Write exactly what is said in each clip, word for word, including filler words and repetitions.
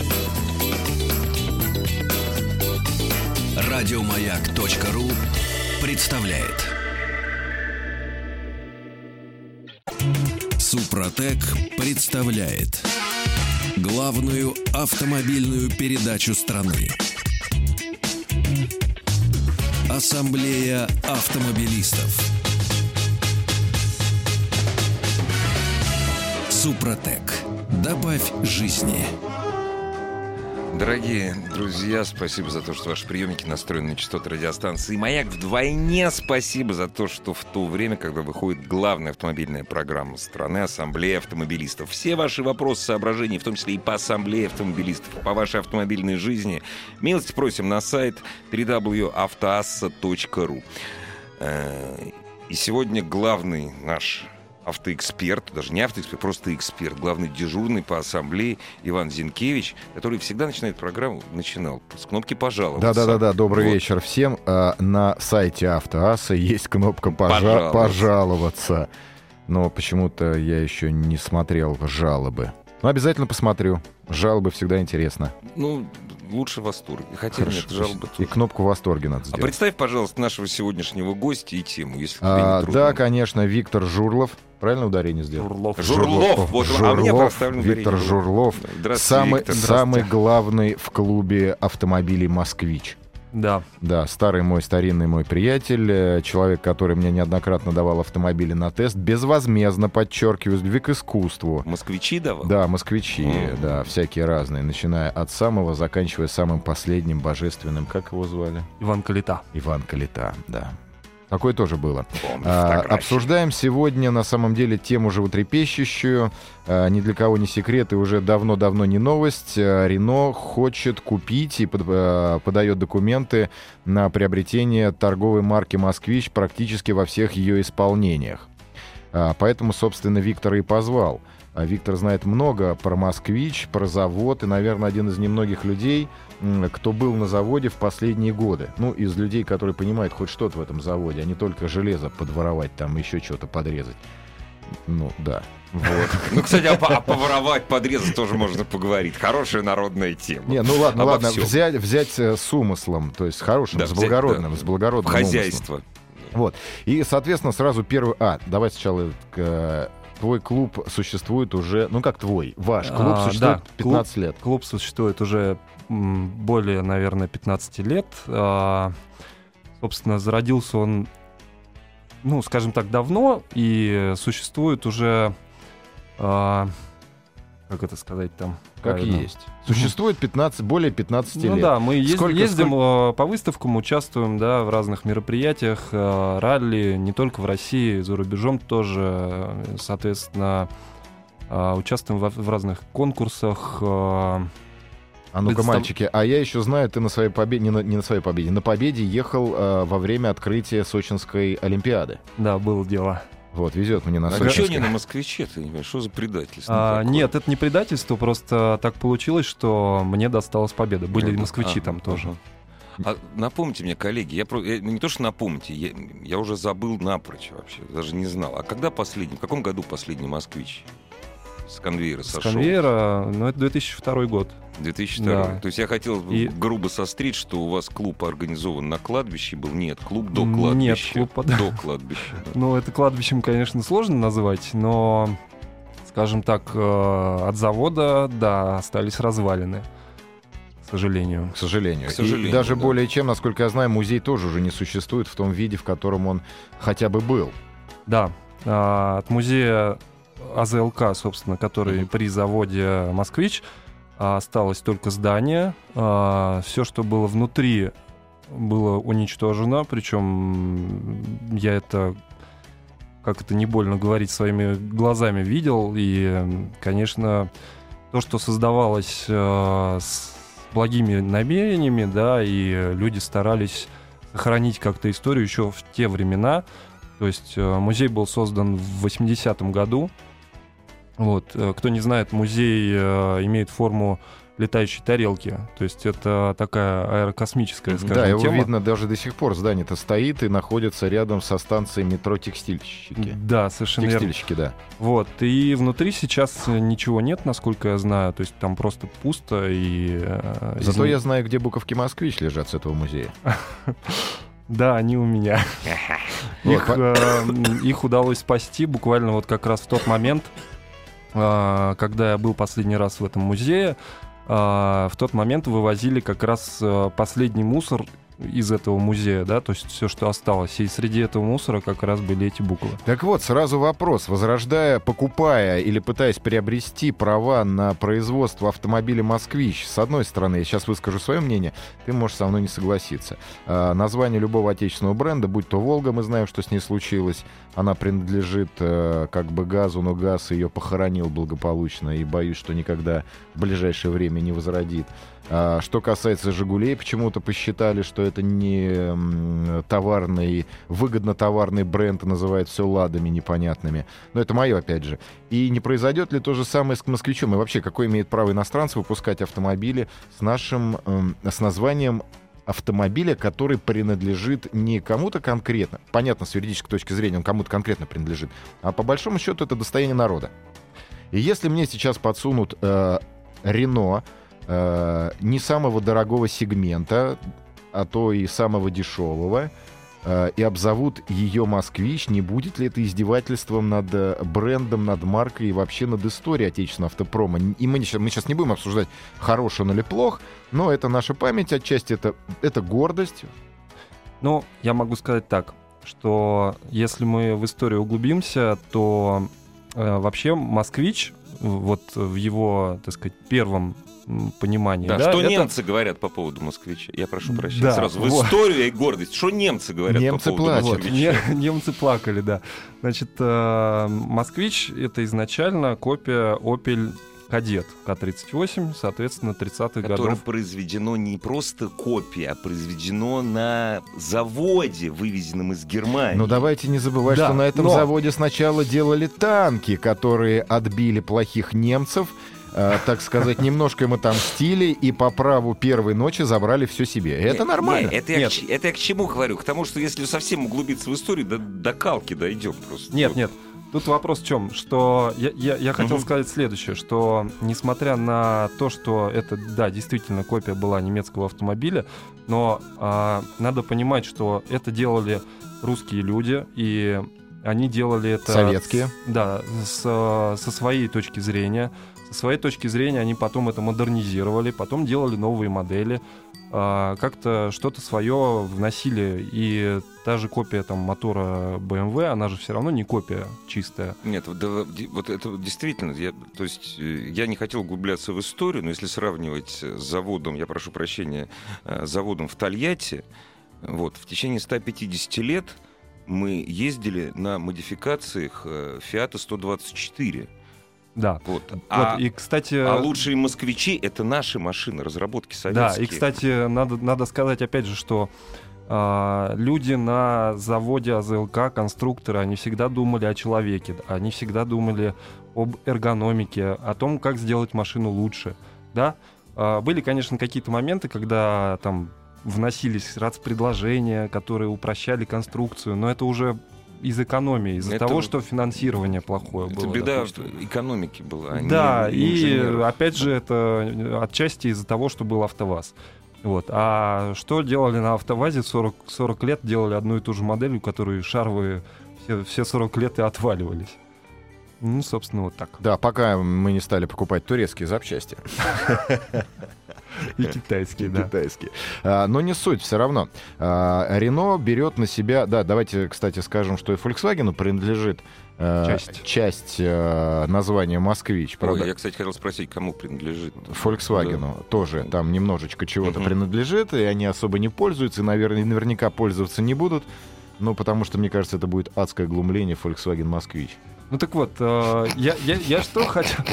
Радиомаяк.ру представляет. Супротек представляет главную автомобильную передачу страны. Ассамблея автомобилистов. Супротек. Добавь жизни. Дорогие друзья, спасибо за то, что ваши приемники настроены на частоты радиостанции «Маяк». Вдвойне спасибо за то, что в то время, когда выходит главная автомобильная программа страны «Ассамблея автомобилистов», все ваши вопросы, соображения, в том числе и по Ассамблее автомобилистов, по вашей автомобильной жизни, милости просим на сайт дабл ю дабл ю дабл ю точка автоасса точка ру. И сегодня главный наш автоэксперт, даже не автоэксперт, просто эксперт, главный дежурный по ассамблее Иван Зинкевич, который всегда начинает программу, начинал с кнопки «Пожаловаться». Да-да-да, добрый вот. вечер всем. На сайте Автоасса есть кнопка пожа- «Пожаловаться». «Пожаловаться». Но почему-то я еще не смотрел жалобы. Но обязательно посмотрю. Жалобы всегда интересно. Ну, лучше в восторге. Хотя Хорошо, нет, жалобы и тоже. кнопку в восторге надо А сделать. представь, пожалуйста, нашего сегодняшнего гостя и тему, если тебе А, не трудно. да, конечно, Виктор Журлов. Правильно ударение сделал? Журлов. Журлов. Вот, Журлов, а мне поставлено Виктор ударение. Журлов. Здравствуйте, Самый, Виктор. самый главный в клубе автомобилей «Москвич». Да. Да, старый мой, старинный мой приятель, э, человек, который мне неоднократно давал автомобили на тест, безвозмездно, подчеркиваю, с любви к искусству. Москвичи давал? Да, москвичи, Mm. да, всякие разные, начиная от самого, заканчивая самым последним, божественным, как его звали? Иван Калита. Иван Калита, да. Такое тоже было. Помню А, фотографии. обсуждаем сегодня, на самом деле, тему животрепещущую. А, ни для кого не секрет и уже давно-давно не новость. А, Рено хочет купить и под, а, подает документы на приобретение торговой марки «Москвич» практически во всех ее исполнениях. А, поэтому, собственно, Виктора и позвал. А Виктор знает много про «Москвич», про завод, и, наверное, один из немногих людей, м, кто был на заводе в последние годы. Ну, из людей, которые понимают хоть что-то в этом заводе, а не только железо подворовать, там еще что-то подрезать. Ну, да. Вот. Ну, кстати, а, по- а поворовать, подрезать тоже можно поговорить. Хорошая народная тема. Не, ну ладно, Обо ладно, всем. взять, взять э, с умыслом, то есть с хорошим, Да, с взять, благородным, да. с благородным умыслом. Хозяйство. Вот. И, соответственно, сразу первый... А, давай сначала... к- Твой клуб существует уже... Ну, как твой? Ваш клуб А, существует да, пятнадцать лет. Клуб существует уже м, более, наверное, пятнадцать лет. А, собственно, зародился он, ну, скажем так, давно, и существует уже... а, как это сказать там? Как правильно? есть. Существует пятнадцать, более пятнадцати Ну лет. да, мы ез- Сколько- ездим э, по выставкам, участвуем, да, в разных мероприятиях, э, ралли, не только в России, за рубежом тоже, э, соответственно, э, участвуем во- в разных конкурсах. э, А ну-ка, Представ- мальчики, а я еще знаю, ты на своей победе, не на, не на своей победе, на победе ехал э, во время открытия Сочинской Олимпиады. Да, было дело. Вот, везет мне на А Сочинской. что не на москвиче, ты не понимаешь? Что за предательство? А, такое? нет, это не предательство, просто так получилось, что мне досталась победа. Были Ну, москвичи ага, там тоже. ага. А напомните мне, коллеги, я, про- я- не то что напомните, я, я уже забыл напрочь вообще, даже не знал. А когда последний, в каком году последний москвич с конвейера С сошел? конвейера, ну, это две тысячи второй год. две тысячи второй. Да. То есть я хотел И- грубо сострить, что у вас клуб организован на кладбище был. Нет, клуб до Нет, кладбища. клуб под- До кладбища. да. Ну, это кладбищем, конечно, сложно называть, но, скажем так, э, от завода, да, остались развалины, к сожалению. К сожалению. К сожалению, И даже да. более чем, насколько я знаю, музей тоже уже не существует в том виде, в котором он хотя бы был. Да, а, от музея АЗЛК, собственно, который Мгм. при заводе «Москвич», а, осталось только здание. Все, что было внутри, было уничтожено, причем я это, как это не больно говорить, своими глазами видел. И, конечно, то, что создавалось э, с благими намерениями, да, и люди старались сохранить как-то историю еще в те времена. То есть э, музей был создан в восьмидесятом году. Вот. э, Кто не знает, музей э, имеет форму летающей тарелки. То есть это такая аэрокосмическая, скажем, Да, его тема. видно даже до сих пор. Здание-то стоит и находится рядом со станцией метро «Текстильщики». Да, совершенно верно. Текстильщики, да. Вот, и внутри сейчас ничего нет, насколько я знаю, то есть там просто пусто и... э, Зато из- я знаю, где буковки «Москвич» лежат с этого музея. Да, они у меня. Вот, Их, по- э, их удалось спасти буквально вот как раз в тот момент, э, когда я был последний раз в этом музее. э, В тот момент вывозили как раз э, последний мусор из этого музея, да, то есть все, что осталось. И среди этого мусора как раз были эти буквы. Так вот, сразу вопрос. Возрождая, покупая или пытаясь приобрести права на производство автомобиля «Москвич», с одной стороны, я сейчас выскажу свое мнение, ты можешь со мной не согласиться. А, название любого отечественного бренда, будь то «Волга», мы знаем, что с ней случилось, она принадлежит э, как бы газу, но газ ее похоронил благополучно и боюсь, что никогда в ближайшее время не возродит. А, что касается «Жигулей», почему-то посчитали, что это не м, товарный, выгодно-товарный бренд, и называют все ладами непонятными. Но это мое, опять же. И не произойдет ли то же самое с «Москвичом»? И вообще, какое имеет право иностранцы выпускать автомобили с нашим, эм, с названием автомобиля, который принадлежит не кому-то конкретно, понятно, с юридической точки зрения он кому-то конкретно принадлежит, а по большому счету это достояние народа. И если мне сейчас подсунут э, Рено, э, не самого дорогого сегмента, а то и самого дешевого, э, и обзовут ее «Москвич», не будет ли это издевательством над э, брендом, над маркой и вообще над историей отечественного автопрома? И мы, не- мы сейчас не будем обсуждать, хорош он или плох, но это наша память, отчасти это, это гордость. Ну, я могу сказать так, что если мы в историю углубимся, то э, вообще «Москвич», вот в его, так сказать, первом м, понимании, Да, да, что это- немцы говорят по поводу «Москвича»? Я прошу прощения. Да, Сразу в вот. историю и гордость. Что немцы говорят Немцы по поводу плачут. Вот, «Москвича»? не- немцы плакали, да. Значит, э, «Москвич» — это изначально копия Opel Kadett К тридцать восемь, соответственно, тридцатых Которое годов. произведено не просто копия, а произведено на заводе, вывезенном из Германии. Но давайте не забывать, Да, что на этом но- заводе сначала делали танки, которые отбили плохих немцев, э, так сказать, немножко им отомстили и по праву первой ночи забрали все себе. И это Не, нормально. не, это, я Нет. к, ч- это я к чему говорю? К тому, что если совсем углубиться в историю, до, до калки дойдем просто. Нет, Вот. нет. Тут вопрос в чем? Что я, я, я хотел Мгм. сказать следующее, что несмотря на то, что это, да, действительно копия была немецкого автомобиля, но а, надо понимать, что это делали русские люди, и они делали это... Советские. с- да, с, со своей точки зрения. Со своей точки зрения они потом это модернизировали, потом делали новые модели, а, как-то что-то свое вносили, и та же копия там мотора бэ эм вэ, она же все равно не копия чистая. Нет, вот, да, ди- вот это вот действительно, я, то есть э, я не хотел углубляться в историю, но если сравнивать с заводом, я прошу прощения, э, заводом в Тольятти, вот, в течение ста пятидесяти лет мы ездили на модификациях э, Фиата сто двадцать четыре. Да. Вот. Вот, А, и, кстати... а лучшие москвичи — это наши машины, разработки Да, советские. и, кстати, надо, надо сказать, опять же, что а, люди на заводе а зэ эл ка, конструкторы, они всегда думали о человеке, они всегда думали об эргономике, о том, как сделать машину лучше, да. А, были, конечно, какие-то моменты, когда там вносились рацпредложения, которые упрощали конструкцию, но это уже из экономии, из-за Это того, вот- что финансирование плохое Это было. беда допустим. экономики была. а не Да, и инженеров. опять же, это отчасти из-за того, что был АвтоВАЗ. Вот. А что делали на АвтоВАЗе? сорок, сорок лет делали одну и ту же модель, у которой шаровые все, все сорок лет и отваливались. Ну, собственно, вот так. Да, пока мы не стали покупать турецкие запчасти. И китайские, да. Китайские. А, но не суть, все равно. А, Рено берет на себя... Да, давайте, кстати, скажем, что и Volkswagen принадлежит э, Часть. часть э, названия «Москвич». Ой, Правда, я, кстати, хотел спросить, кому принадлежит. Volkswagen тоже там немножечко чего-то Мгм. принадлежит, и они особо не пользуются, и, наверное, наверняка пользоваться не будут. Ну, потому что, мне кажется, это будет адское глумление Volkswagen «Москвич». Ну так вот, э, я, я, я что хотел,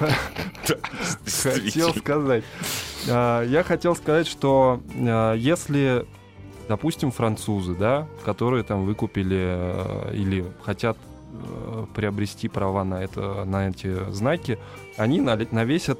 хотел сказать? Э, Я хотел сказать, что э, если, допустим, французы, да, которые там выкупили э, или хотят э, приобрести права на, это, на эти знаки, они нале- навесят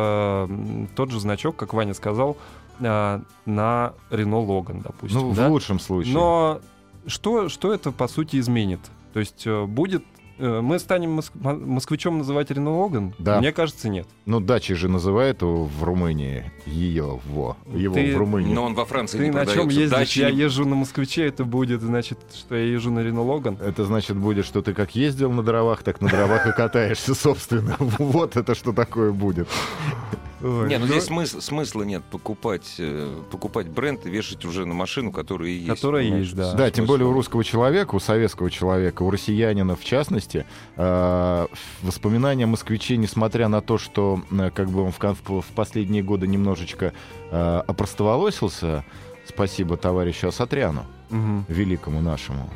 э, тот же значок, как Ваня сказал, э, на Renault Logan, допустим. Ну, да? в лучшем случае. Но что, что это, по сути, изменит? То есть э, будет... э, мы станем моск- москвичом называть Renault Logan? Да. Мне кажется, нет. Ну, дачи же называют его в Румынии. Ее, во. Его Ты- в Румынии. Но он во Франции Ты не на чем продается. ездишь? Дачи Я не- езжу на москвиче, это будет, значит, что я езжу на Renault Logan? Это значит будет, что ты как ездил на дровах, так на дровах и катаешься, собственно. Вот это что такое будет. Ой, Не, ну ну, здесь смысл- смысла нет покупать, э, покупать бренд и вешать уже на машину, которая и есть. Которая понимаешь? есть, да. Да, тем Смысла более у нет. русского человека, у советского человека, у россиянина в частности, э, воспоминания о москвиче, несмотря на то, что э, как бы он в, кон- в последние годы немножечко э, опростоволосился, спасибо товарищу Асатряну, мгм. великому нашему.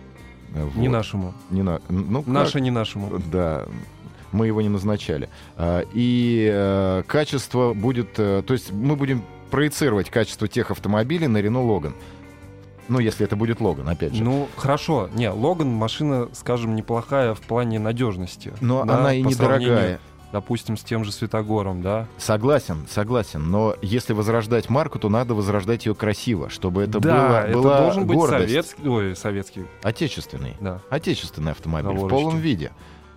Э, Не вот. нашему. Не на- ну, как? Наше не нашему. Да, мы его не назначали. А, И э, качество будет... э, То есть мы будем проецировать качество тех автомобилей на Renault Logan. Ну, если это будет Logan, опять же. Ну, хорошо. Не, Логан машина, скажем, неплохая в плане надежности. Но да, она и по недорогая. сравнению, допустим, с тем же Светогором, да? Согласен, согласен. Но если возрождать марку, то надо возрождать ее красиво, чтобы это да, было, это была должен быть гордость. советский, ой, советский, Отечественный. да. Отечественный автомобиль в Заворочки. полном виде.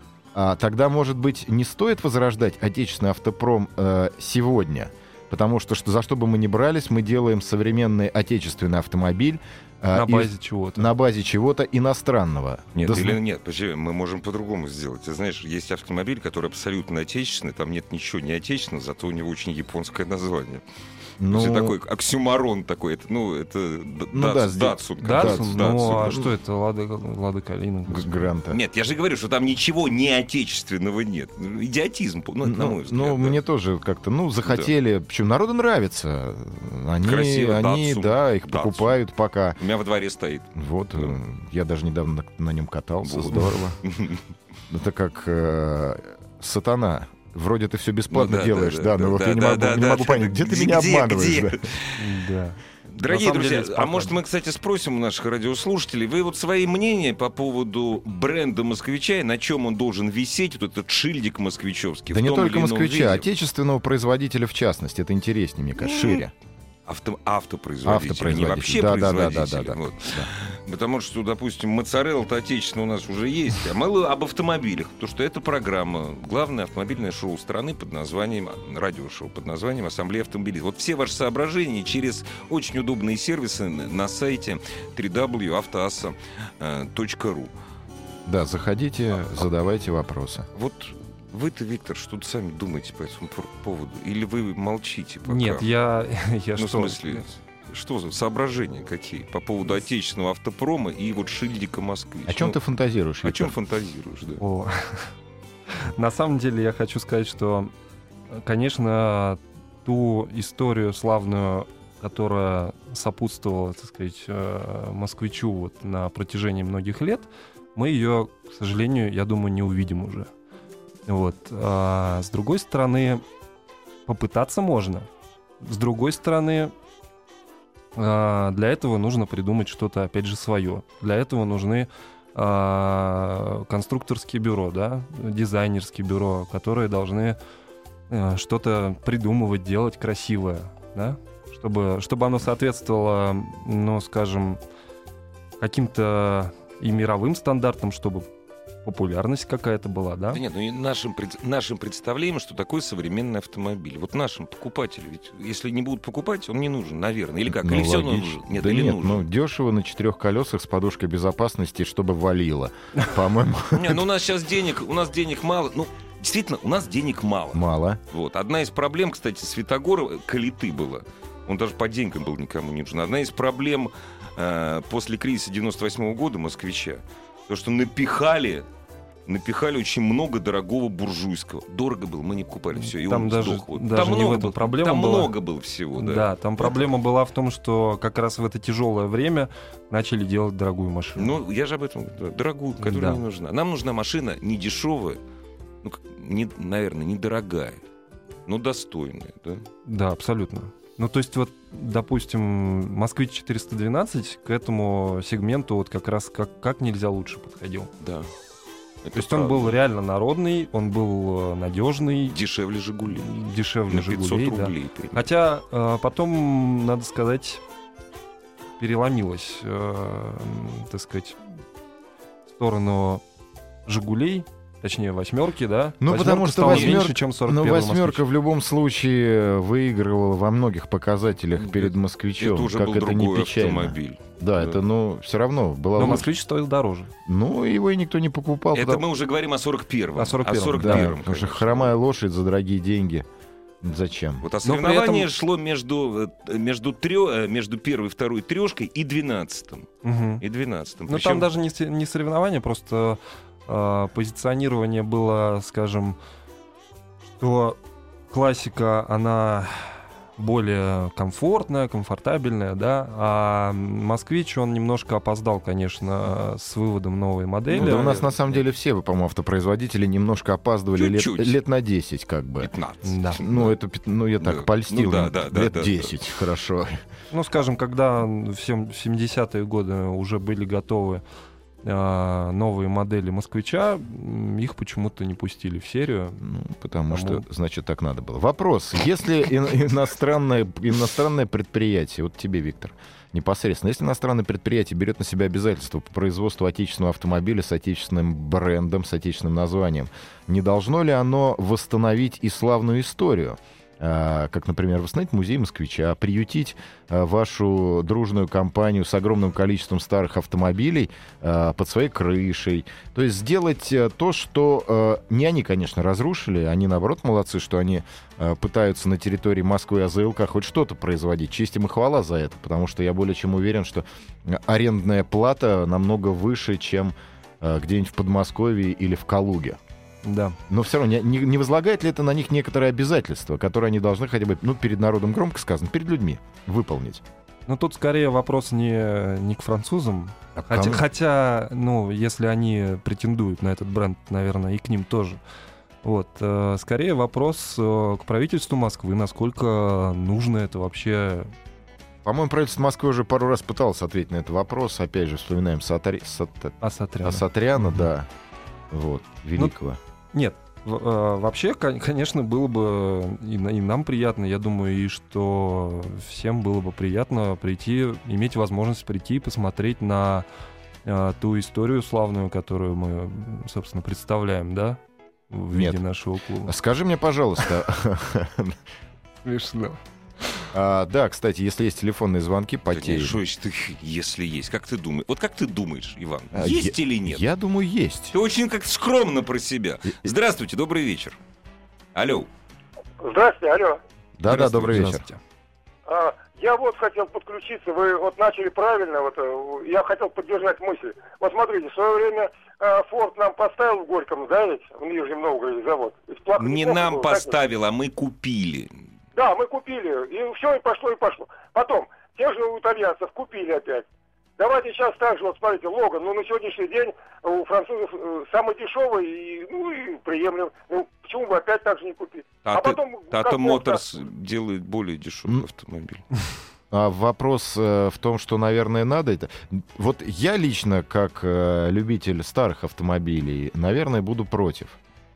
А тогда, может быть, не стоит возрождать отечественный автопром э, сегодня, потому что, что за что бы мы ни брались, мы делаем современный отечественный автомобиль э, На из- базе чего-то. на базе чего-то иностранного. Нет, Да, или нет, почему? Мы можем по-другому сделать. Ты знаешь, есть автомобиль, который абсолютно отечественный, там нет ничего не отечественного, зато у него очень японское название. ну, То есть такой оксюмарон такой, это, ну, это д- Ну Дац- да, здесь- Датсун. Датсун? Датсун, Ну, а да. что это? Лада, Лада Калина. Г- Гранта. Нет, я же говорю, что там ничего не отечественного нет. Идиотизм, ну, на Ну, мой взгляд. ну, да. мне тоже как-то, ну, захотели. Причем народу нравится. Они, Красиво, они Datsun. да, их Datsun. покупают пока. У меня во дворе стоит. Вот, Да. э, я даже недавно на, на нем катался. Вот. Здорово. Это как э, сатана. Вроде ты все бесплатно Ну да, делаешь, да, да, да, но вот да, я не да, могу, да, не да, могу да, понять, да. где ты Где, меня где, обманываешь. где? да. Да. Дорогие На самом друзья, деле, а может мы, кстати, спросим у наших радиослушателей, вы вот свои мнения по поводу бренда москвича и на чем он должен висеть, вот этот шильдик москвичевский? Да в не том только или ином москвича, виде? отечественного производителя в частности. Это интереснее, мне кажется, шире. Авто, автопроизводители, Автопроизводитель. не вообще Да, да, да, производители. да, да, да. Вот. Потому что, допустим, моцарелла-то отечественная у нас уже есть, а мы об автомобилях, потому что это программа, главное автомобильное шоу страны под названием, радиошоу под названием «Ассамблея автомобилистов». Вот все ваши соображения через очень удобные сервисы на сайте дабл ю дабл ю дабл ю точка автоасса точка ру. Да, заходите, задавайте вопросы. Вот вы-то, Виктор, что-то сами думаете по этому пор- поводу? Или вы молчите пока? Нет, я, я Ну, что? в смысле, что за соображения какие по поводу отечественного автопрома и вот шильдика «Москвич»? О чем Ну, ты фантазируешь, О чем Виктор? фантазируешь, да? О. На самом деле я хочу сказать, что, конечно, ту историю славную, которая сопутствовала, так сказать, э, москвичу вот на протяжении многих лет, мы ее, к сожалению, я думаю, не увидим уже. Вот. А с другой стороны, попытаться можно. С другой стороны, а, для этого нужно придумать что-то, опять же, свое. Для этого нужны а, конструкторские бюро, да, дизайнерские бюро, которые должны а, что-то придумывать, делать красивое, да, чтобы, чтобы оно соответствовало, ну, скажем, каким-то и мировым стандартам, чтобы популярность какая-то была, да? Да нет, ну и нашим, пред- нашим представлением, что такое современный автомобиль. Вот нашим покупателям, ведь если не будут покупать, он не нужен, наверное. Или как? Ну, Или все логично. нужен? Нет, да или нет, нужен? ну дешево на четырех колесах с подушкой безопасности, чтобы валило. По-моему, Не, ну у нас сейчас денег, у нас денег мало. Ну, действительно, у нас денег мало. мало. Вот. Одна из проблем, кстати, Светогора калиты была. Он даже по деньгам был никому не нужен. Одна из проблем э, после кризиса девяносто восьмого года москвича, то, что напихали, напихали очень много дорогого буржуйского. Дорого было, мы не покупали все. И Там он даже- сдох. Вот. даже Там не в много этом было, проблема там была. много было всего, да. Да, там проблема была в том, что как раз в это тяжелое время начали делать дорогую машину. Ну, я же об этом говорю. Да, дорогую, которая Да. не нужна. Нам нужна машина не дешевая, ну, как- не, наверное, недорогая, но достойная, да. Да, абсолютно. Ну, то есть вот, допустим, Москвич четыреста двенадцать к этому сегменту вот как раз как, как нельзя лучше подходил. Да. Это То есть правда. он был реально народный, он был надежный, Дешевле «Жигулей». дешевле На пятьсот «Жигулей», да. рублей. примерно. Хотя э, потом, надо сказать, переломилось, э, так сказать, в сторону «Жигулей», точнее «восьмерки», да? Ну, «Восьмерка» потому что стала «восьмерка», меньше, чем сорок Но первый «восьмерка» «Москвич». в любом случае выигрывала во многих показателях Это- перед «Москвичем». Это уже как был это не другой печально. автомобиль. Да, Да. это, ну, все равно была Но лучше. «Москвич» стоил дороже. Ну, его и никто не покупал. Это потому- мы уже говорим о сорок первом. О сорок первом, О сорок Да, первом, потому что конечно. хромая лошадь за дорогие деньги. Зачем? Вот а Но при соревнование этом- шло между, э, между, трё- э, между первой, второй трешкой и двенадцатым. Мгм. И двенадцатым. Ну, Причем там даже не, се- не соревнование, просто э, позиционирование было, скажем, что классика, она более комфортная, комфортабельная, да, а «Москвич», он немножко опоздал, конечно, с выводом новой модели. Ну, да у нас на самом деле все, по-моему, автопроизводители немножко опаздывали лет, Чуть-чуть. лет на десять, как бы. пятнадцать. Да. Ну, это, пят- ну, я так Да. польстил. Ну, да, им. да, да, лет да, да. десять, хорошо. Ну, скажем, когда в сем- в семидесятые годы уже были готовы э, новые модели «Москвича», м, их почему-то не пустили в серию. Ну, потому Потому- что, значит, так надо было. Вопрос. Если ин- иностранное, иностранное предприятие, вот тебе, Виктор, непосредственно, если иностранное предприятие берет на себя обязательства по производству отечественного автомобиля с отечественным брендом, с отечественным названием, не должно ли оно восстановить и славную историю? А, как, например, восстановить музей «Москвича», приютить а, вашу дружную компанию с огромным количеством старых автомобилей а, под своей крышей. То есть сделать а, то, что а, не они, конечно, разрушили, они, наоборот, молодцы, что они а, пытаются на территории Москвы и АЗЛК хоть что-то производить. Честь им и хвала за это, потому что я более чем уверен, что арендная плата намного выше, чем а, где-нибудь в Подмосковье или в Калуге. Да. Но все равно, не, не- не возлагает ли это на них некоторые обязательства, которые они должны хотя бы, ну, перед народом громко сказано, перед людьми выполнить? Ну, тут скорее вопрос не, не к французам. А к Хотя, кому? хотя, ну, если они претендуют на этот бренд, наверное, и к ним тоже. Вот. э, Скорее вопрос э, к правительству Москвы, насколько нужно это вообще. По-моему, правительство Москвы уже пару раз пыталось ответить на этот вопрос. Опять же, вспоминаем Сатари... Сат... Асатряна. Асатряна, Мгм. да, вот, великого. Нет, в- э, вообще, кон- конечно, было бы и, на- и нам приятно, я думаю, и что всем было бы приятно прийти, иметь возможность прийти и посмотреть на э, ту историю славную, которую мы, собственно, представляем, да, в виде Нет. нашего клуба. Скажи мне, пожалуйста, Смешно. а, да, кстати, если есть телефонные звонки, Так, потеют. что значит, ты, если есть? Как ты думаешь? Вот как ты думаешь, Иван? А, Есть или нет? Я думаю, есть. Ты очень как скромно про себя. Здравствуйте, добрый вечер. Алло. Здравствуйте, алло. Да-да, добрый вечер. Здравствуйте. А, я вот хотел подключиться, вы вот начали правильно, вот э, я хотел поддержать мысль. Вот смотрите, в свое время э, Форд нам поставил в Горьком, да, ведь, в Нижнем Новгороде завод. Ведь плохо- Не неплохо нам было, так ведь? поставил, а мы купили. Да, мы купили, и все, и пошло, и пошло. Потом, тех же у итальянцев купили опять. Давайте сейчас так же, вот смотрите, Логан, ну на сегодняшний день у французов э, самый дешевый и, ну, и приемлем. Ну, почему бы опять так же не купить? А, ты- потом, Тата как Моторс делает более дешевый М. автомобиль. А вопрос э, в том, что, наверное, надо это. Вот я лично, как э, любитель старых автомобилей, наверное, буду против.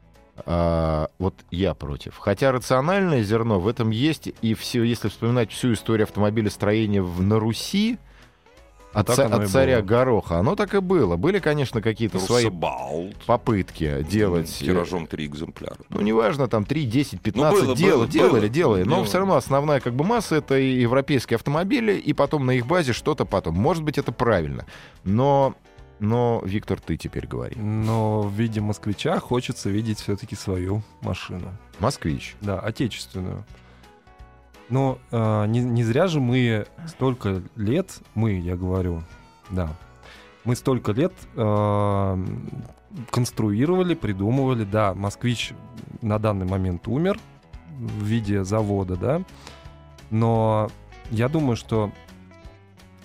А, вот я против. Хотя рациональное зерно в этом есть, и все, если вспоминать всю историю автомобилестроения в, на Руси, от, так ца- оно и от царя было. Гороха, оно так и было. Были, конечно, какие-то свои Руссобалт. попытки делать. э, Тиражом три экземпляра. Ну, неважно, там три, десять, пятнадцать, было, дел- было, делали, было. делали. Но Делали. все равно основная как бы масса — это и европейские автомобили, и потом на их базе что-то потом. Может быть, это правильно. Но, но Виктор, ты теперь говори. Но в виде москвича хочется видеть все-таки свою машину. Москвич. Да, отечественную. Но э, не, не зря же мы столько лет, мы, я говорю, да, мы столько лет э, конструировали, придумывали, да, «Москвич» на данный момент умер в виде завода, да, но я думаю, что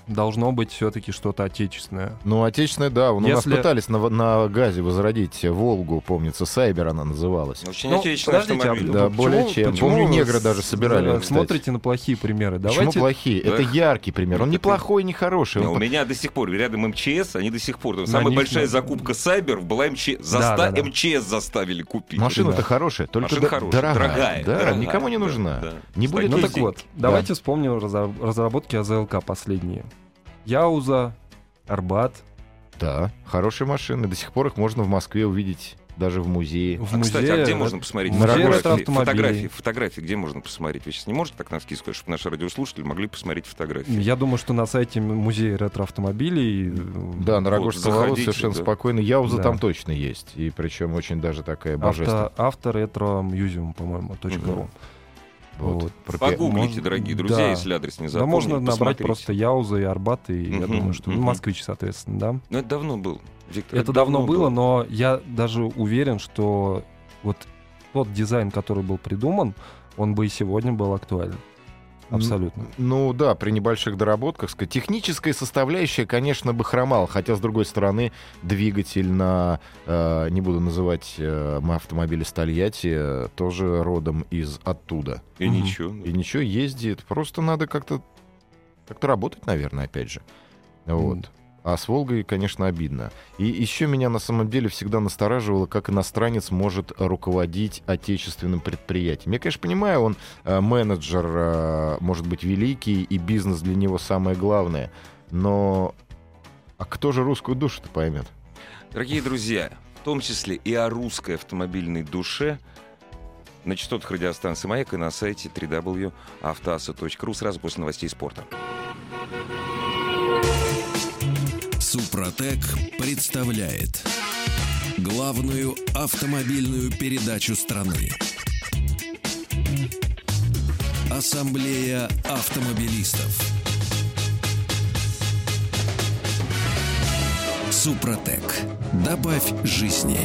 должно быть все-таки что-то отечественное. Ну, отечественное, да. У Если- нас пытались на, на газе возродить «Волгу», помнится, «Сайбер» она называлась. Очень Ну, отечественный подождите, автомобиль. а Да, почему- более чем. почему Помню, вы негры с- даже собирали, э, кстати. Смотрите на плохие примеры. Почему Давайте... плохие? Да. Это яркий пример. Он Это не ты- плохой, не хороший. Не, Он у меня до сих пор рядом МЧС, они до сих пор. Там На самая них большая надо- закупка Сайбер была МЧС. Заста... Да, да, да. МЧС заставили купить. Машина-то Да. хорошая, только Машина до- хорошая, дорогая. дорогая, Да, дорогая, никому не да, нужна. да. Не С будет Ну такими так ездить. вот, давайте вспомним разра- разработки АЗЛК последние. Яуза, Арбат. Да, хорошие машины. До сих пор их можно в Москве увидеть даже в музее. В А, кстати, музее, а где э, можно посмотреть? в музее Фотографии, ретроавтомобилей. фотографии, фотографии, где можно посмотреть? Вы сейчас не можете так навскидку сказать, чтобы наши радиослушатели могли посмотреть фотографии? Я думаю, что на сайте музея ретроавтомобилей... э, Да, на Вот, Рогожском валу заходите, совершенно да. спокойно. Яуза Да. там точно есть. И причем очень даже такая божественная. Авто, авторетромьюзиум, по-моему, точка ру. Вот. Вот. Пропи- Погуглите, Можно- дорогие друзья, да. если адрес не Да запомнили. можно набрать посмотрите. просто Яуза и Арбат, и я Мгм, думаю, что... Ну, мгм. Москвич, соответственно, да. Но это давно было, Виктор. Это давно было, но я даже уверен, что вот тот дизайн, который был придуман, он бы и сегодня был актуален. Абсолютно. Ну да, при небольших доработках. ска- Техническая составляющая, конечно, бы хромала. Хотя, с другой стороны, двигатель на, э, не буду называть э, автомобиль из Тольятти, э, тоже родом из оттуда. И Мгм. ничего. И ничего, ездит. Просто надо как-то как-то работать, наверное, опять же. Вот. М. А с «Волгой», конечно, обидно. И еще меня на самом деле всегда настораживало, как иностранец может руководить отечественным предприятием. Я, конечно, понимаю, он э, менеджер, э, может быть, великий, и бизнес для него самое главное. Но а кто же русскую душу-то поймет? Дорогие друзья, в том числе и о русской автомобильной душе, на частотах радиостанции «Маяк» и на сайте дабл ю дабл ю дабл ю точка автоаса точка ру сразу после новостей спорта. Супротек представляет главную автомобильную передачу страны. Ассамблея автомобилистов. Супротек. Добавь жизни.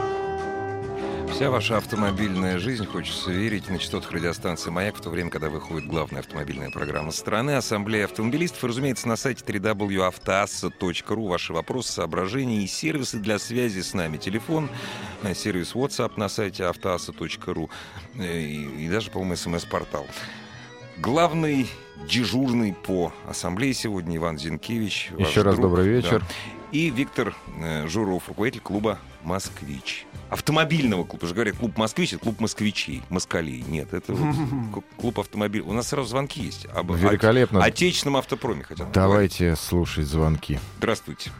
Вся ваша автомобильная жизнь, хочется верить, на частотах радиостанции «Маяк», в то время, когда выходит главная автомобильная программа страны, Ассамблея автомобилистов, и, разумеется, на сайте дабл ю дабл ю дабл ю точка автоаса точка ру ваши вопросы, соображения и сервисы для связи с нами. Телефон, э, сервис WhatsApp на сайте автоаса точка ру э, и, и даже, по-моему, смс-портал. Главный дежурный по Ассамблее сегодня Иван Зинкевич. ваш Еще раз друг, добрый вечер. да. И Виктор э, Журов, руководитель клуба «Москвич». Автомобильного клуба. Уже говорят, клуб «Москвич» — это клуб москвичей, москалей. Нет, это вот к- клуб автомобилей. У нас сразу звонки есть. Об Великолепно. о- отечественном автопроме хотят поговорить. Давайте слушать звонки. Здравствуйте.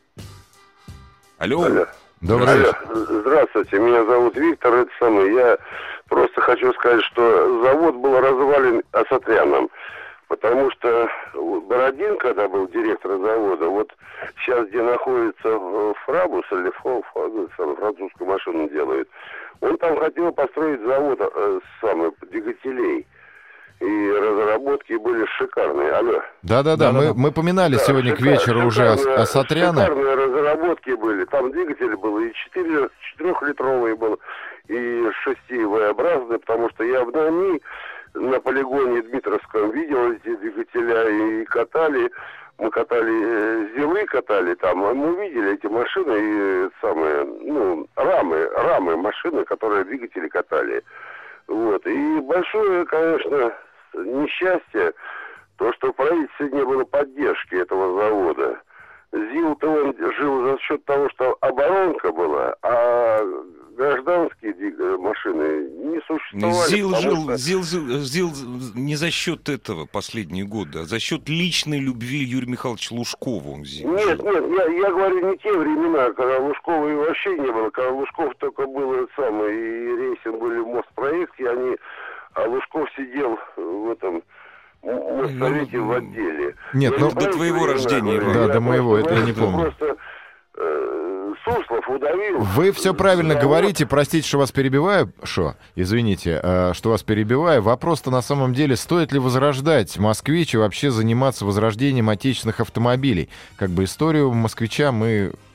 Алло. Алло. Добрый Алло. вечер. Здравствуйте, меня зовут Виктор, это самый. Я просто хочу сказать, что завод был развален Асатряном, потому что Бородин, когда был директором завода, вот сейчас, где находится э, Фрабус или Фо- Фо- сам, французскую машину делают, он там хотел построить завод э, самый, двигателей. И разработки были шикарные. Алло. Да-да-да, мы, Да-да-да. мы поминали Да, сегодня к шикар- вечеру уже Ас- шикарные- Асатряна. Шикарные разработки были. Там двигатель был и четырехлитровый был, и шести вэ-образный, потому что я в НАМИ на полигоне Дмитровском видел эти двигателя и катали. Мы катали, э, зилы катали там, а мы видели эти машины и э, самые, ну, рамы, рамы машины, которые двигатели катали. Вот. И большое, конечно, несчастье, то, что в правительстве не было поддержки этого завода. ЗИЛ-то он жил за счет того, что оборонка была, а гражданские двиг- машины не существовали. ЗИЛ потому жил, что- ЗИЛ, ЗИЛ, ЗИЛ не за счет этого последние годы, а за счет личной любви Юрия Михайловича Лужкова он ЗИЛ Нет, жил. нет, я, я говорю не те времена, когда Лужкова и вообще не было, когда Лужков только был это самое, и Рейсин были в Моспроекте, они, а Лужков сидел в этом м- Моссовете в отделе. Нет, Я ну, не до помню твоего времена, рождения, говорю. Иван. Да, Я до моего, просто это я не говорю, помню. Просто э, Суслов удавил. Вы все правильно завод. говорите, простите, что вас перебиваю, шо, извините, э, что вас перебиваю. Вопрос-то на самом деле, стоит ли возрождать «Москвич» и вообще заниматься возрождением отечественных автомобилей? Как бы историю «Москвича» мы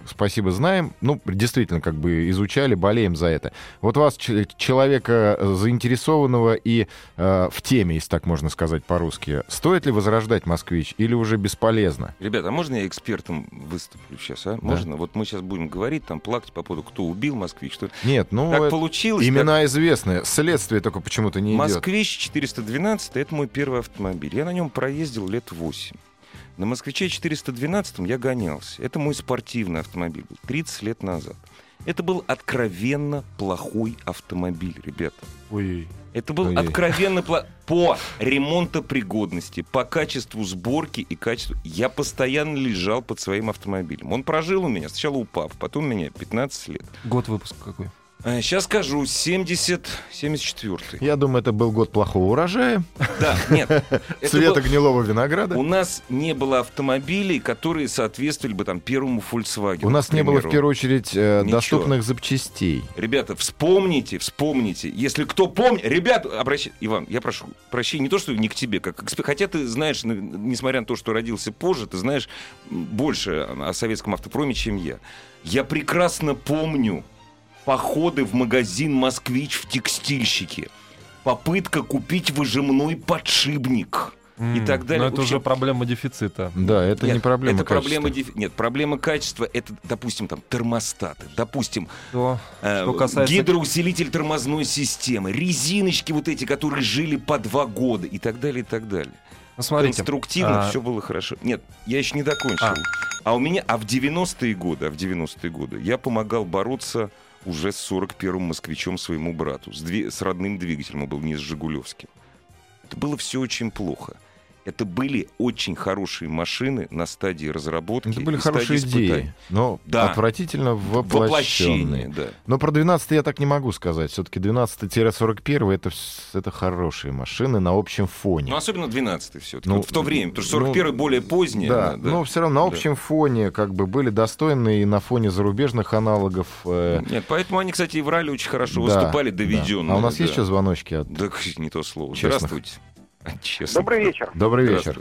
спасибо, знаем. Ну, действительно, как бы изучали, болеем за это. Вот вас, ч- человека заинтересованного и э, в теме, если так можно сказать по-русски, стоит ли возрождать «Москвич» или уже бесполезно? Ребята, а можно я экспертом выступлю сейчас, а? Можно? Да. Вот мы сейчас будем говорить, там, плакать по поводу, кто убил «Москвич», что... Нет, ну... Так получилось. Имена так... известны, следствие только почему-то не идет. «Москвич» четыреста двенадцать — это мой первый автомобиль. Я на нем проездил лет восемь. На «Москвиче» четыреста двенадцать я гонялся. Это мой спортивный автомобиль был тридцать лет назад. Это был откровенно плохой автомобиль, ребята. Ой. Это был Ой. откровенно плохой. По ремонтопригодности, по качеству сборки и качеству. Я постоянно лежал под своим автомобилем. Он прожил у меня, сначала упав, потом у меня пятнадцать лет. Год выпуска какой? Сейчас скажу, семьдесят, семьдесят четвёртый. Я думаю, это был год плохого урожая. Да, нет. Цвета был... гнилого винограда. У нас не было автомобилей, которые соответствовали бы там первому Volkswagen. У нас не было, в первую очередь, э, доступных запчастей. Ребята, вспомните, вспомните. Если кто помнит... Ребята, обращай... Иван, я прошу прощения, не то, что не к тебе, как эксперт. Хотя ты знаешь, несмотря на то, что родился позже, ты знаешь больше о советском автопроме, чем я. Я прекрасно помню походы в магазин «Москвич» в текстильщике. Попытка купить выжимной подшипник. Mm, и так далее. Но это уже проблема дефицита. Да, это нет, не проблема это качества. Проблема дефи... Нет, проблема качества — это, допустим, там, термостаты, допустим, что, э, что касается... гидроусилитель тормозной системы, резиночки вот эти, которые жили по два года и так далее, и так далее. Ну, смотрите, конструктивно а... все было хорошо. Нет, я еще не докончил. А, а у меня... А в девяностые годы, а в девяностые годы я помогал бороться уже с сорок первым «Москвичом» своему брату. С, дви... с родным двигателем, он был не с «Жигулевским». Это было все очень плохо. Это были очень хорошие машины на стадии разработки. Это были и хорошие стадии идеи, но да. отвратительно воплощенные. Да. Но про двенадцатый я так не могу сказать. Все-таки двенадцатый сорок первый это, это хорошие машины на общем фоне. Ну, особенно двенадцатый все-таки. Ну, вот в то время. Потому что сорок первый ну, более поздний. Да, да, но все равно на общем да. фоне как бы были достойны и на фоне зарубежных аналогов. Э... Нет, поэтому они, кстати, и в ралли очень хорошо да, выступали, доведенные. Да. А у нас да. есть еще звоночки? От... Да, не то слово. Честных. Здравствуйте. Честно. Добрый вечер. Добрый вечер.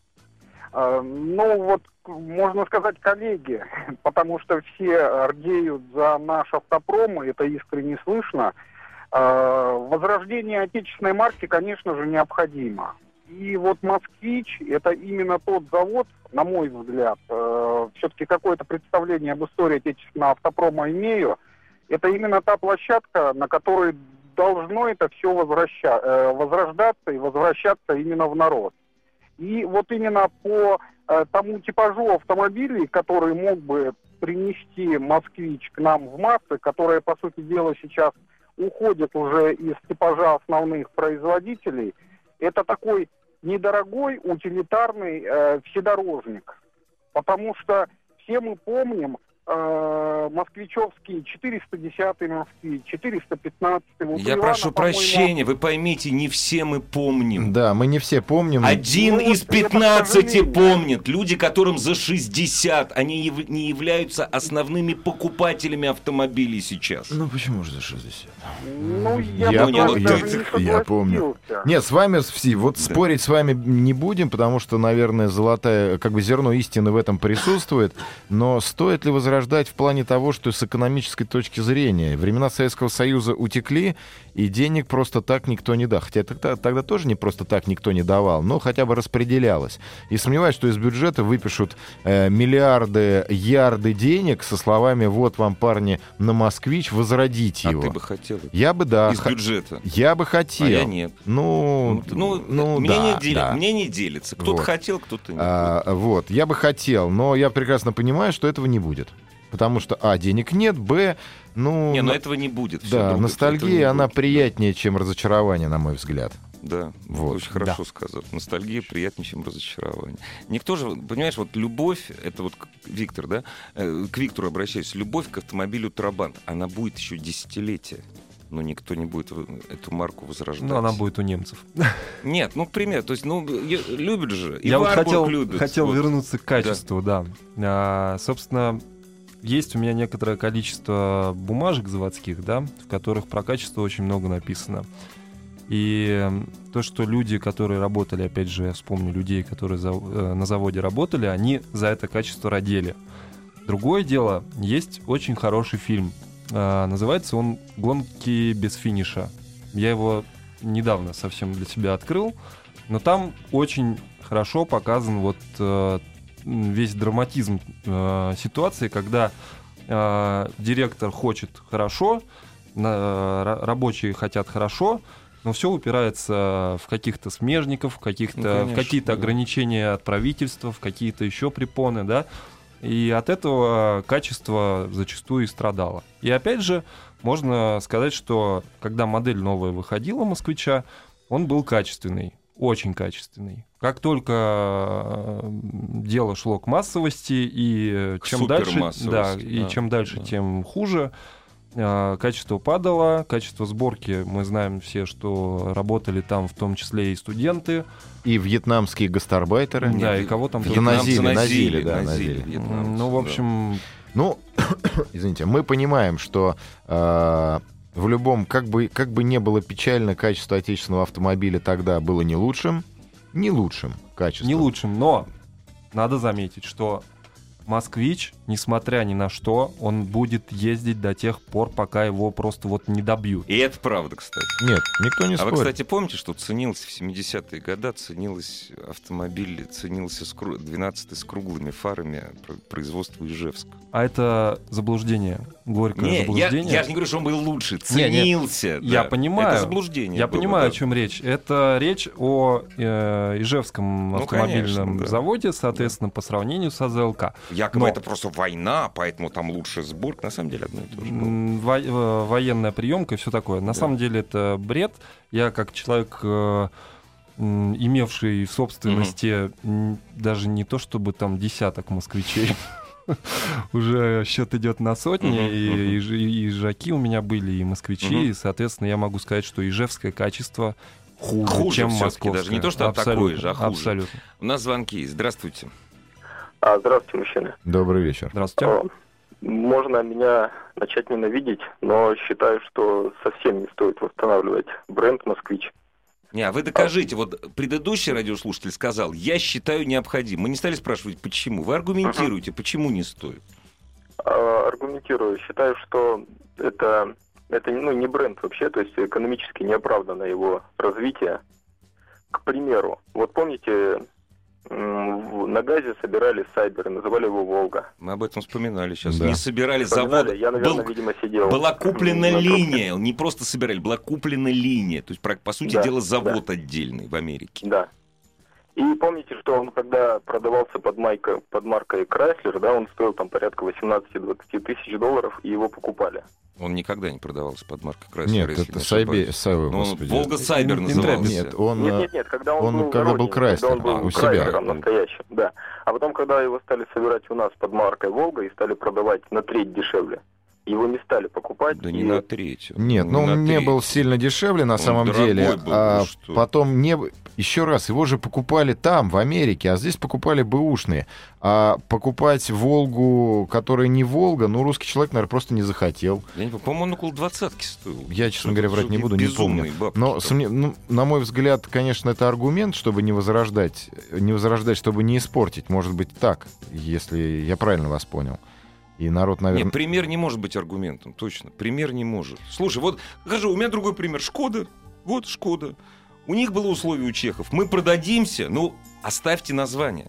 А, ну вот, можно сказать, коллеги, потому что все рдеют за наш автопром, и это искренне слышно. А, возрождение отечественной марки, конечно же, необходимо. И вот «Москвич» — это именно тот завод, на мой взгляд, э, все-таки какое-то представление об истории отечественного автопрома имею. Это именно та площадка, на которой должно это все возвраща, э, возрождаться и возвращаться именно в народ. И вот именно по э, тому типажу автомобилей, который мог бы принести «Москвич» к нам в массы, которые, по сути дела, сейчас уходят уже из типажа основных производителей, это такой недорогой утилитарный э, вседорожник. Потому что все мы помним э, москвичевские четыреста десятый «Москвич», четыреста пятнадцатый. Вот Я Ивана, прошу прощения, вы поймите, не все мы помним. Да, мы не все помним. Один ну, из пятнадцати помнит. Люди, которым за шестьдесят, они яв- не являются основными покупателями автомобилей сейчас. Ну почему же за шестьдесят? Ну, я, я, бы я, даже я, не я помню. Нет, с вами все, вот да. спорить с вами не будем, потому что, наверное, золотая, как бы зерно истины в этом присутствует. Но стоит ли возрождать в плане того, что с экономической точки зрения времена Советского Союза утекли, и денег просто так никто не дал. Хотя тогда, тогда тоже не просто так никто не давал, но хотя бы распределялось. И сомневаюсь, что из бюджета выпишут э, миллиарды, ярды денег со словами «вот вам, парни, на «Москвич», возродите его». А ты бы хотел? Я бы, да. Из х... бюджета? Я бы хотел. А я нет. Ну, ну, ну мне, да, не дели... да. мне не делится. Кто-то вот. хотел, кто-то нет. А, вот, я бы хотел, но я прекрасно понимаю, что этого не будет. Потому что, а, денег нет, б, ну... Не, но этого не будет. Да, друг, ностальгия, она будет. приятнее, чем разочарование, на мой взгляд. Да, вот. Очень хорошо да. сказал. Ностальгия приятнее, чем разочарование. Никто же, понимаешь, вот любовь, это вот Виктор, да, э, к Виктору обращаюсь, любовь к автомобилю Трабант, она будет еще десятилетия. Но никто не будет эту марку возрождать. Ну, она будет у немцев. Нет, ну, к примеру, то есть, ну, любят же. И Я вот хотел, любят. хотел вот. вернуться к качеству, да. да. А, собственно, есть у меня некоторое количество бумажек заводских, да, в которых про качество очень много написано. И то, что люди, которые работали, опять же, я вспомню людей, которые за, э, на заводе работали, они за это качество родили. Другое дело, есть очень хороший фильм. А, называется он «Гонки без финиша». Я его недавно совсем для себя открыл, но там очень хорошо показан вот э, весь драматизм э, ситуации, когда э, директор хочет хорошо, на, рабочие хотят хорошо, но все упирается в каких-то смежников, в, каких-то, ну, конечно, в какие-то да. ограничения от правительства, в какие-то еще препоны, да, и от этого качество зачастую и страдало. И опять же, можно сказать, что когда модель новая выходила «Москвича», он был качественный, очень качественный. Как только дело шло к массовости, и к чем дальше, да, и да, чем дальше, да. тем хуже. Качество падало, качество сборки, мы знаем все, что работали там в том числе и студенты. И вьетнамские гастарбайтеры. Да, Нет, и кого там... Назили, назили, да, назили. Ну, в общем... Ну, извините, мы понимаем, что э, в любом, как бы, как бы не было печально, качество отечественного автомобиля тогда было не лучшим, не лучшим качеством. Не лучшим, но надо заметить, что «Москвич», несмотря ни на что, он будет ездить до тех пор, пока его просто вот не добьют. И это правда, кстати. Нет, никто не а спорит. А вы, кстати, помните, что ценился в семидесятые годы, ценилось автомобиль, ценился с кру... двенадцатый с круглыми фарами производства Ижевска? А это заблуждение, горькое не, заблуждение. Я, я же не говорю, что он был лучше, ценился. Не, не. Да. Я понимаю. Это заблуждение. Я было, понимаю, да. о чем речь. Это речь о э, Ижевском ну, автомобильном конечно, да. заводе, соответственно, да. по сравнению с АЗЛК. Якобы Но... это просто война, поэтому там лучше сборка. На самом деле одно и то же было. Во- военная приемка и все такое. На да. самом деле это бред. Я как человек, э, имевший в собственности mm-hmm. даже не то чтобы там десяток москвичей, уже счет идет на сотни, uh-huh, и, uh-huh. и, и ижаки у меня были, и москвичи, uh-huh. и, соответственно, я могу сказать, что ижевское качество хуже, хуже чем московское. Даже не то, что абсолютно, такое же, а хуже. Абсолютно. У нас звонки. Здравствуйте. А, здравствуйте, мужчины. Добрый вечер. Здравствуйте. О, можно меня начать ненавидеть, но считаю, что совсем не стоит восстанавливать бренд «Москвич». Не, а вы докажите. Вот предыдущий радиослушатель сказал, я считаю необходимо. Мы не стали спрашивать, почему. Вы аргументируете, uh-huh. почему не стоит. А, аргументирую. Считаю, что это, это ну, не бренд вообще, то есть экономически неоправданно его развитие. К примеру, вот помните, на ГАЗе собирали Сайбер, называли его «Волга». Мы об этом вспоминали сейчас. Да. Не собирали завод. Я, наверное, Был, видимо, сидел. Была куплена линия. Не просто собирали, была куплена линия. То есть, по сути да, дела, завод да. отдельный в Америке. Да. И помните, что он, когда продавался под, майка, под маркой Chrysler, да, он стоил там порядка восемнадцать-двадцать тысяч долларов, и его покупали. Он никогда не продавался под маркой Chrysler. Нет, это Сайбер, Волга Сайбер назывался. Нет, он, нет, нет, нет, когда он, он был, когда был Chrysler, когда он был а, у себя. настоящим, да. А потом, когда его стали собирать у нас под маркой Волга и стали продавать на треть дешевле, его не стали покупать. Да и... не на треть. Нет, ну он не был сильно дешевле на он самом деле. Был, а что? Потом не... Еще раз, его же покупали там, в Америке, а здесь покупали бэушные. А покупать «Волгу», которая не «Волга», ну, русский человек, наверное, просто не захотел. Я не помню, по-моему, он около двадцатки стоил. Я, честно говоря, врать не буду, не помню. Но, сомне... ну, на мой взгляд, конечно, это аргумент, чтобы не возрождать, не возрождать, чтобы не испортить. Может быть, так, если я правильно вас понял. И народ, наверное... Нет, пример не может быть аргументом, точно. Пример не может. Слушай, вот, скажу, у меня другой пример. Шкода. Вот Шкода. У них было условие у чехов. Мы продадимся, ну, оставьте название.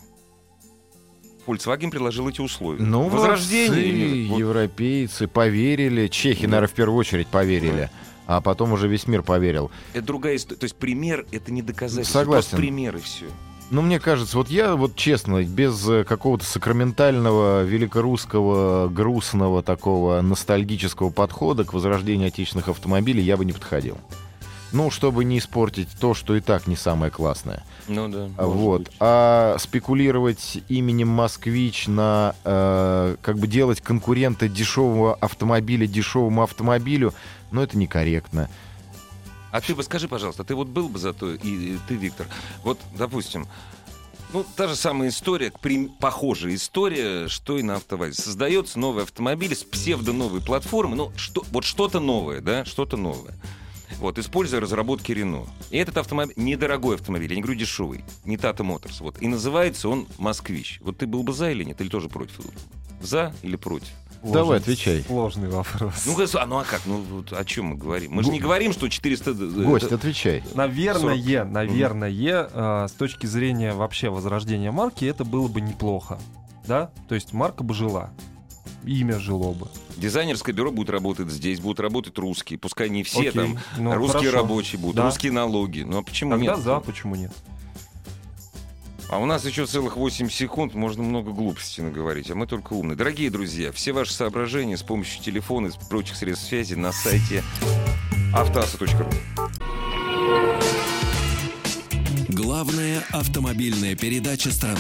Volkswagen предложил эти условия. Ну, возрождение. Вот европейцы поверили. Чехи, да. наверное, в первую очередь поверили. Да. А потом уже весь мир поверил. Это другая история. То есть пример — это не доказательство. Согласен. Просто пример, и все. Ну, мне кажется, вот я, вот честно, без какого-то сакраментального, великорусского, грустного такого ностальгического подхода к возрождению отечественных автомобилей я бы не подходил. Ну, чтобы не испортить то, что и так не самое классное. Ну да. Вот. А спекулировать именем «Москвич» на, э, как бы делать конкурента дешевого автомобиля дешевому автомобилю, ну, это некорректно. А ты бы скажи, пожалуйста, ты вот был бы за то, и, и ты, Виктор, вот, допустим, ну, та же самая история, похожая история, что и на АвтоВАЗе. Создается новый автомобиль с псевдо-новой платформы, ну, что, вот что-то новое, да, что-то новое. Вот, используя разработки Renault. И этот автомобиль, недорогой автомобиль, я не говорю дешевый, не Tata Motors, вот, и называется он «Москвич». Вот ты был бы за или нет, или тоже против? За или против? Давай, отвечай. Сложный вопрос. Ну, а, ну а как? Ну, вот о чем мы говорим? Мы же не говорим, что четыреста... Гость, отвечай. Наверное, сорок наверное, mm-hmm. э, с точки зрения вообще возрождения марки, это было бы неплохо. Да? То есть марка бы жила. Имя жило бы. Дизайнерское бюро будет работать здесь, будут работать русские. Пускай не все Окей. там, ну, русские хорошо. рабочие будут, да. русские налоги. Ну а почему Тогда нет? за, почему нет? А у нас еще целых восемь секунд, можно много глупостей наговорить, а мы только умные. Дорогие друзья, все ваши соображения с помощью телефона и прочих средств связи на сайте автоаса точка ру. Главная автомобильная передача страны.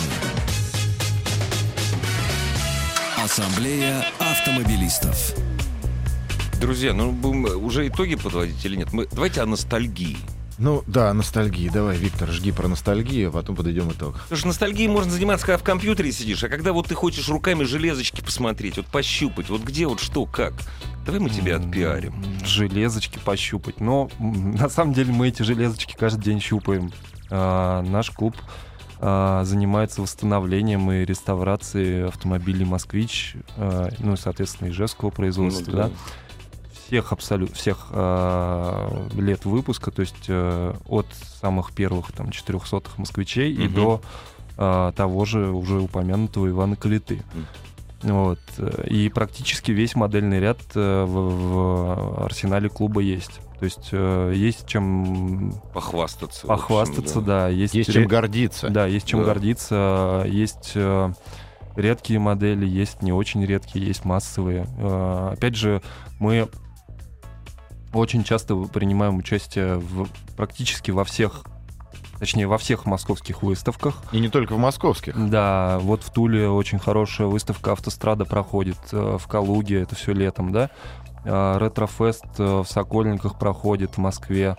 Ассамблея автомобилистов. Друзья, ну будем уже итоги подводить или нет? Мы... Давайте о ностальгии. Ну да, ностальгия. Давай, Виктор, жги про ностальгию, а потом подойдем итог. Потому что ностальгией можно заниматься, когда в компьютере сидишь, а когда вот ты хочешь руками железочки посмотреть, вот пощупать, вот где, вот что, как. Давай мы тебя отпиарим. Железочки пощупать. Но на самом деле мы эти железочки каждый день щупаем. А, наш клуб а, занимается восстановлением и реставрацией автомобилей «Москвич», а, ну и, соответственно, ижевского производства, ну, да. да. Всех абсолютно всех э, лет выпуска, то есть э, от самых первых там четырехсотых москвичей mm-hmm. и до э, того же уже упомянутого Ивана Калиты. Mm-hmm. Вот. И практически весь модельный ряд э, в, в арсенале клуба есть. То есть э, есть чем похвастаться. Похвастаться, общем, да. да. Есть, есть ре... чем гордиться. Да, есть чем да. гордиться. Есть э, редкие модели, есть не очень редкие, есть массовые. Э, опять же, мы очень часто принимаем участие в, практически во всех, точнее, во всех московских выставках. И не только в московских. Да, вот в Туле очень хорошая выставка «Автострада» проходит, в Калуге, это все летом, да. Ретрофест в Сокольниках проходит в Москве.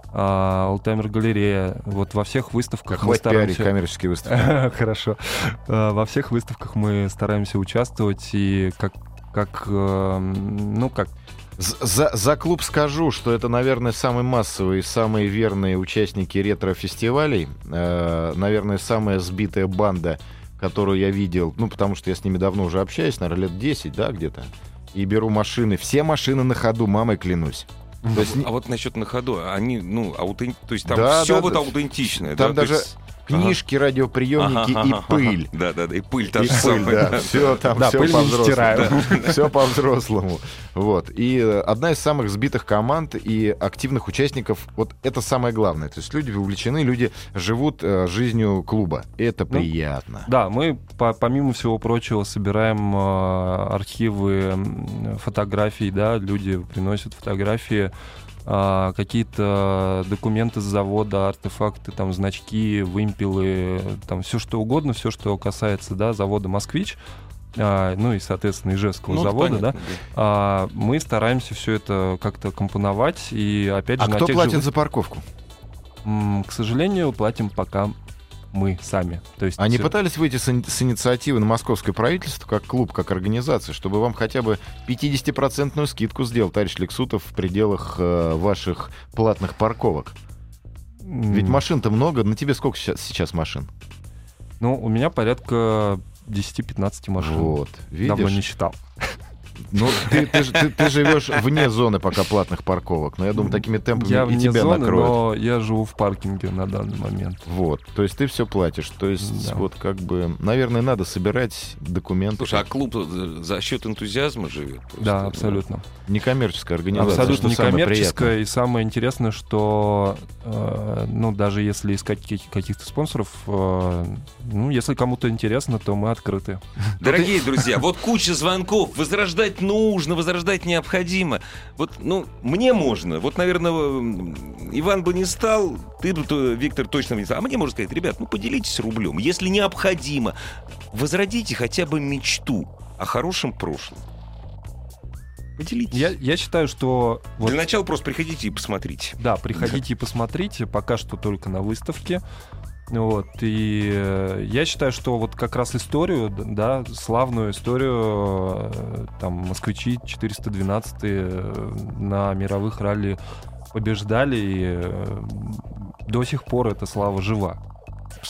Алтаймер-галерея. Вот во всех выставках как мы стараемся... пиарить коммерческие выставки. Хорошо. Во всех выставках мы стараемся участвовать и как, как ну, как За, за клуб скажу, что это, наверное, самые массовые и самые верные участники ретро-фестивалей. Э, наверное, самая сбитая банда, которую я видел. Ну, потому что я с ними давно уже общаюсь, наверное, лет десять, да, где-то. И беру машины. Все машины на ходу, мамой клянусь. А, То есть, а вот насчет на ходу, они, ну, аутен... то есть там да, все да, вот да. аутентичное. Там да? даже есть... книжки, ага. радиоприемники ага, и ага, пыль. Да, да, да, и пыль та и же пыль, самая. да. Все там, да, все пыль не стираем. по-взрослому. Все по-взрослому. Вот. И одна из самых сбитых команд и активных участников, вот это самое главное. То есть люди вовлечены, люди живут э, жизнью клуба. Это ну, приятно. Да, мы, по, помимо всего прочего, собираем э, архивы фотографий, да, люди приносят фотографии, Uh, какие-то документы с завода, артефакты, там, значки, вымпелы, там, все что угодно, все, что касается, да, завода «Москвич», uh, ну и, соответственно, Ижевского ну, завода, понятно, да, uh, мы стараемся все это как-то компоновать, и, опять же... А на кто тех платит же... за парковку? М- к сожалению, платим пока мы сами. То есть... Они пытались выйти с, с инициативы на московское правительство, как клуб, как организация, чтобы вам хотя бы пятидесятипроцентную скидку сделал, товарищ Лексутов, в пределах э, ваших платных парковок. Mm. Ведь машин-то много. На тебе сколько сейчас, сейчас машин? Ну, у меня порядка десять-пятнадцать машин. Вот, видишь? Давно не считал. Ну, ты, ты, ты, ты живешь вне зоны пока платных парковок, но я думаю, такими темпами я и вне тебя зоны, накроют. Но я живу в паркинге на данный момент. Вот, то есть ты все платишь. То есть да. вот как бы, наверное, надо собирать документы. Слушай, а клуб за счет энтузиазма живет? Просто, да, абсолютно. Да? Некоммерческая организация. Абсолютно некоммерческая. И самое интересное, что э, ну, даже если искать каких-то спонсоров, э, ну, если кому-то интересно, то мы открыты. Дорогие друзья, вот куча звонков. Возрождать нужно, возрождать необходимо. Вот, ну, мне можно. Вот, наверное, Иван бы не стал, ты бы, то, Виктор, точно бы не стал. А мне можно сказать, ребят, ну, поделитесь рублем. Если необходимо, возродите хотя бы мечту о хорошем прошлом. Поделитесь. Я, я считаю, что... Вот... Для начала просто приходите и посмотрите. Да, приходите и посмотрите. Пока что только на выставке. Вот, и э, я считаю, что вот как раз историю, да, славную историю, э, там, москвичи четыреста двенадцать э, на мировых ралли побеждали, и э, до сих пор эта слава жива.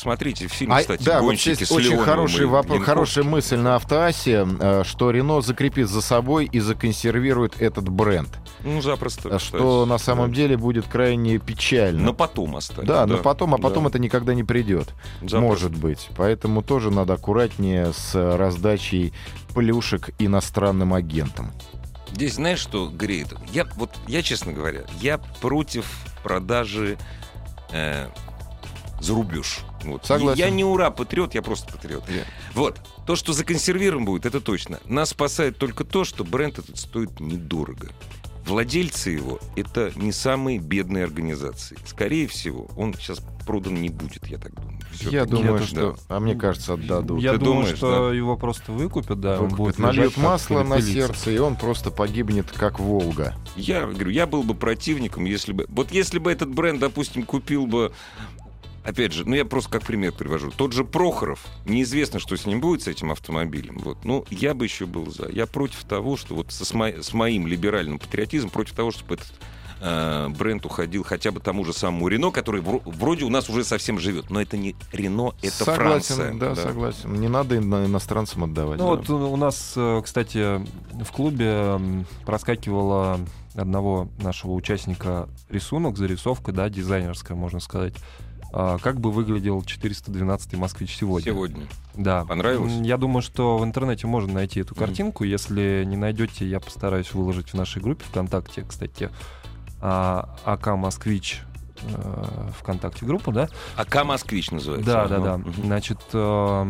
посмотрите фильм, А, кстати, да, вот «Гонщики» здесь с очень Леоновым хороший и вопрос, Янковским. хорошая мысль на автоассе, э, что Рено закрепит за собой и законсервирует этот бренд. Ну, запросто. Что кстати, на самом да. деле будет крайне печально. Но потом оставить. Да, но потом, а потом да. это никогда не придет. Запросто. Может быть. Поэтому тоже надо аккуратнее с раздачей плюшек иностранным агентам. Здесь знаешь, что греет? Я, вот, я, честно говоря, я против продажи э, за рубеж. Вот. Согласен. Я не ура-патриот, я просто патриот. Я- Вот. То, что законсервирован будет, это точно. Нас спасает только то, что бренд этот стоит недорого. Владельцы его — это не самые бедные организации. Скорее всего, он сейчас продан не будет, я так думаю. Всё-таки. Я думаю, Да. что... А мне кажется, отдадут. Я Ты думаю, думаешь, что да? его просто выкупят, да. он Выкупят, будет нальют лежать, как масло на пылиться. сердце, и он просто погибнет, как Волга. Я говорю, я был бы противником, если бы... Вот если бы этот бренд, допустим, купил бы... Опять же, ну я просто как пример привожу. Тот же Прохоров, неизвестно, что с ним будет, с этим автомобилем. Вот. Ну, я бы еще был за. Я против того, что вот со, с, мо... с моим либеральным патриотизмом, против того, чтобы этот э, бренд уходил хотя бы тому же самому Рено, который вро- вроде у нас уже совсем живет. Но это не Рено, это Согласен, Франция. да, согласен. Не надо ино- иностранцам отдавать. Ну Да. вот у у нас, э, кстати, в клубе м, проскакивало одного нашего участника рисунок, зарисовка, да, дизайнерская, можно сказать. А, как бы выглядел четыреста двенадцатый «Москвич» сегодня? Сегодня. Да. Понравилось? М, Я думаю, что в интернете можно найти эту картинку. Если не найдете, я постараюсь выложить в нашей группе ВКонтакте, кстати, а, АК «Москвич» э, ВКонтакте группу, да? АК «Москвич» называется. Да, Ага. да, да. Мгм. Значит, э,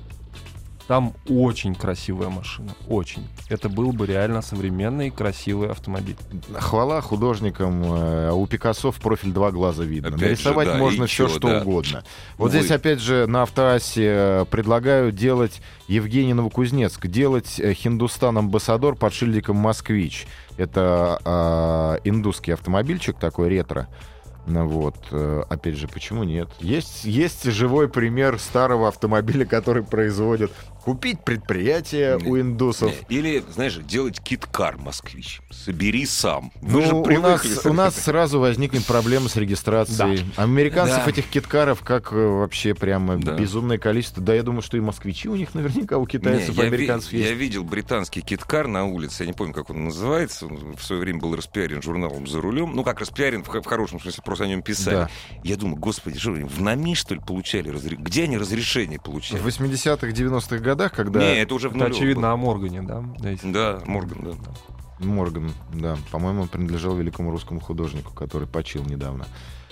там очень красивая машина. Очень. Это был бы реально современный, красивый автомобиль. Хвала художникам. э, У Пикассо в профиль два глаза видно. Опять же, Нарисовать да, можно и все, чё, что да. угодно. Вот Увы. здесь, опять же, на автоассе э, предлагаю делать Евгений Новокузнецк, делать э, Хиндустан Амбассадор под шильдиком «Москвич». Это э, индусский автомобильчик такой ретро. Ну вот, э, опять же, почему нет? Есть, есть живой пример старого автомобиля, который производят. Купить предприятие Не, у индусов. Не, или, знаешь, делать кит-кар «Москвич». Собери сам. Ну, Вы же у, нас, привыкли. у нас сразу возникнет проблема с регистрацией. Американцев Да. этих киткаров как э, вообще прямо Да. безумное количество. Да, я думаю, что и москвичи у них наверняка, у китайцев, Не, и я, ви- американцев я есть. видел британский кит-кар на улице, я не помню, как он называется, он в свое время был распиарен журналом «За рулем», ну как распиарен в, х- в хорошем смысле, просто о нем писали. Да. Я думаю, господи, что они в НАМИ, что ли, получали? разре- Где они разрешение получали? В восьмидесятых, девяностых годах, когда Не, это уже в Это нулевых очевидно было. о Моргане, да? То есть- Да, Морган, да. Морган, да, по-моему, он принадлежал великому русскому художнику, который почил недавно.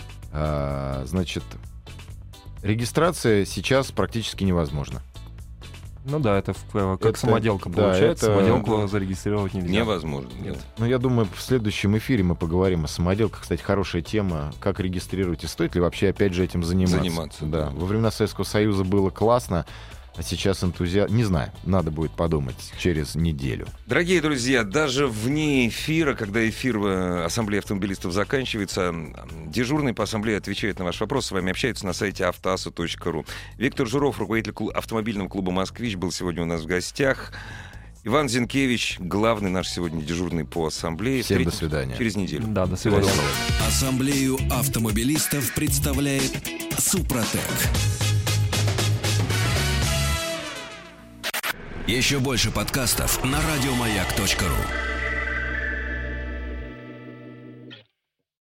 А, значит, регистрация сейчас практически невозможна. Ну да, это в- э, как Это- самоделка да, получается. это- Самоделку зарегистрировать нельзя. Невозможно. Нет. Ну, я думаю, в следующем эфире мы поговорим о самоделках. Кстати, хорошая тема. Как регистрировать и стоит ли вообще, опять же, этим заниматься? Заниматься, Да. да. Во времена Советского Союза было классно, а сейчас энтузиазм... Не знаю, надо будет подумать через неделю. Дорогие друзья, даже вне эфира, когда эфир э, Ассамблеи автомобилистов заканчивается, м, дежурный по ассамблее отвечает на ваш вопрос. С вами общаются на сайте автоаса точка ру. Виктор Журов, руководитель клу- автомобильного клуба «Москвич», был сегодня у нас в гостях. Иван Зинкевич, главный наш сегодня дежурный по ассамблее. Всем до Встретимся свидания. Через неделю. Да, до Всего свидания. доброго. Ассамблею автомобилистов представляет Супротек. Еще больше подкастов на радиомаяк точка ру.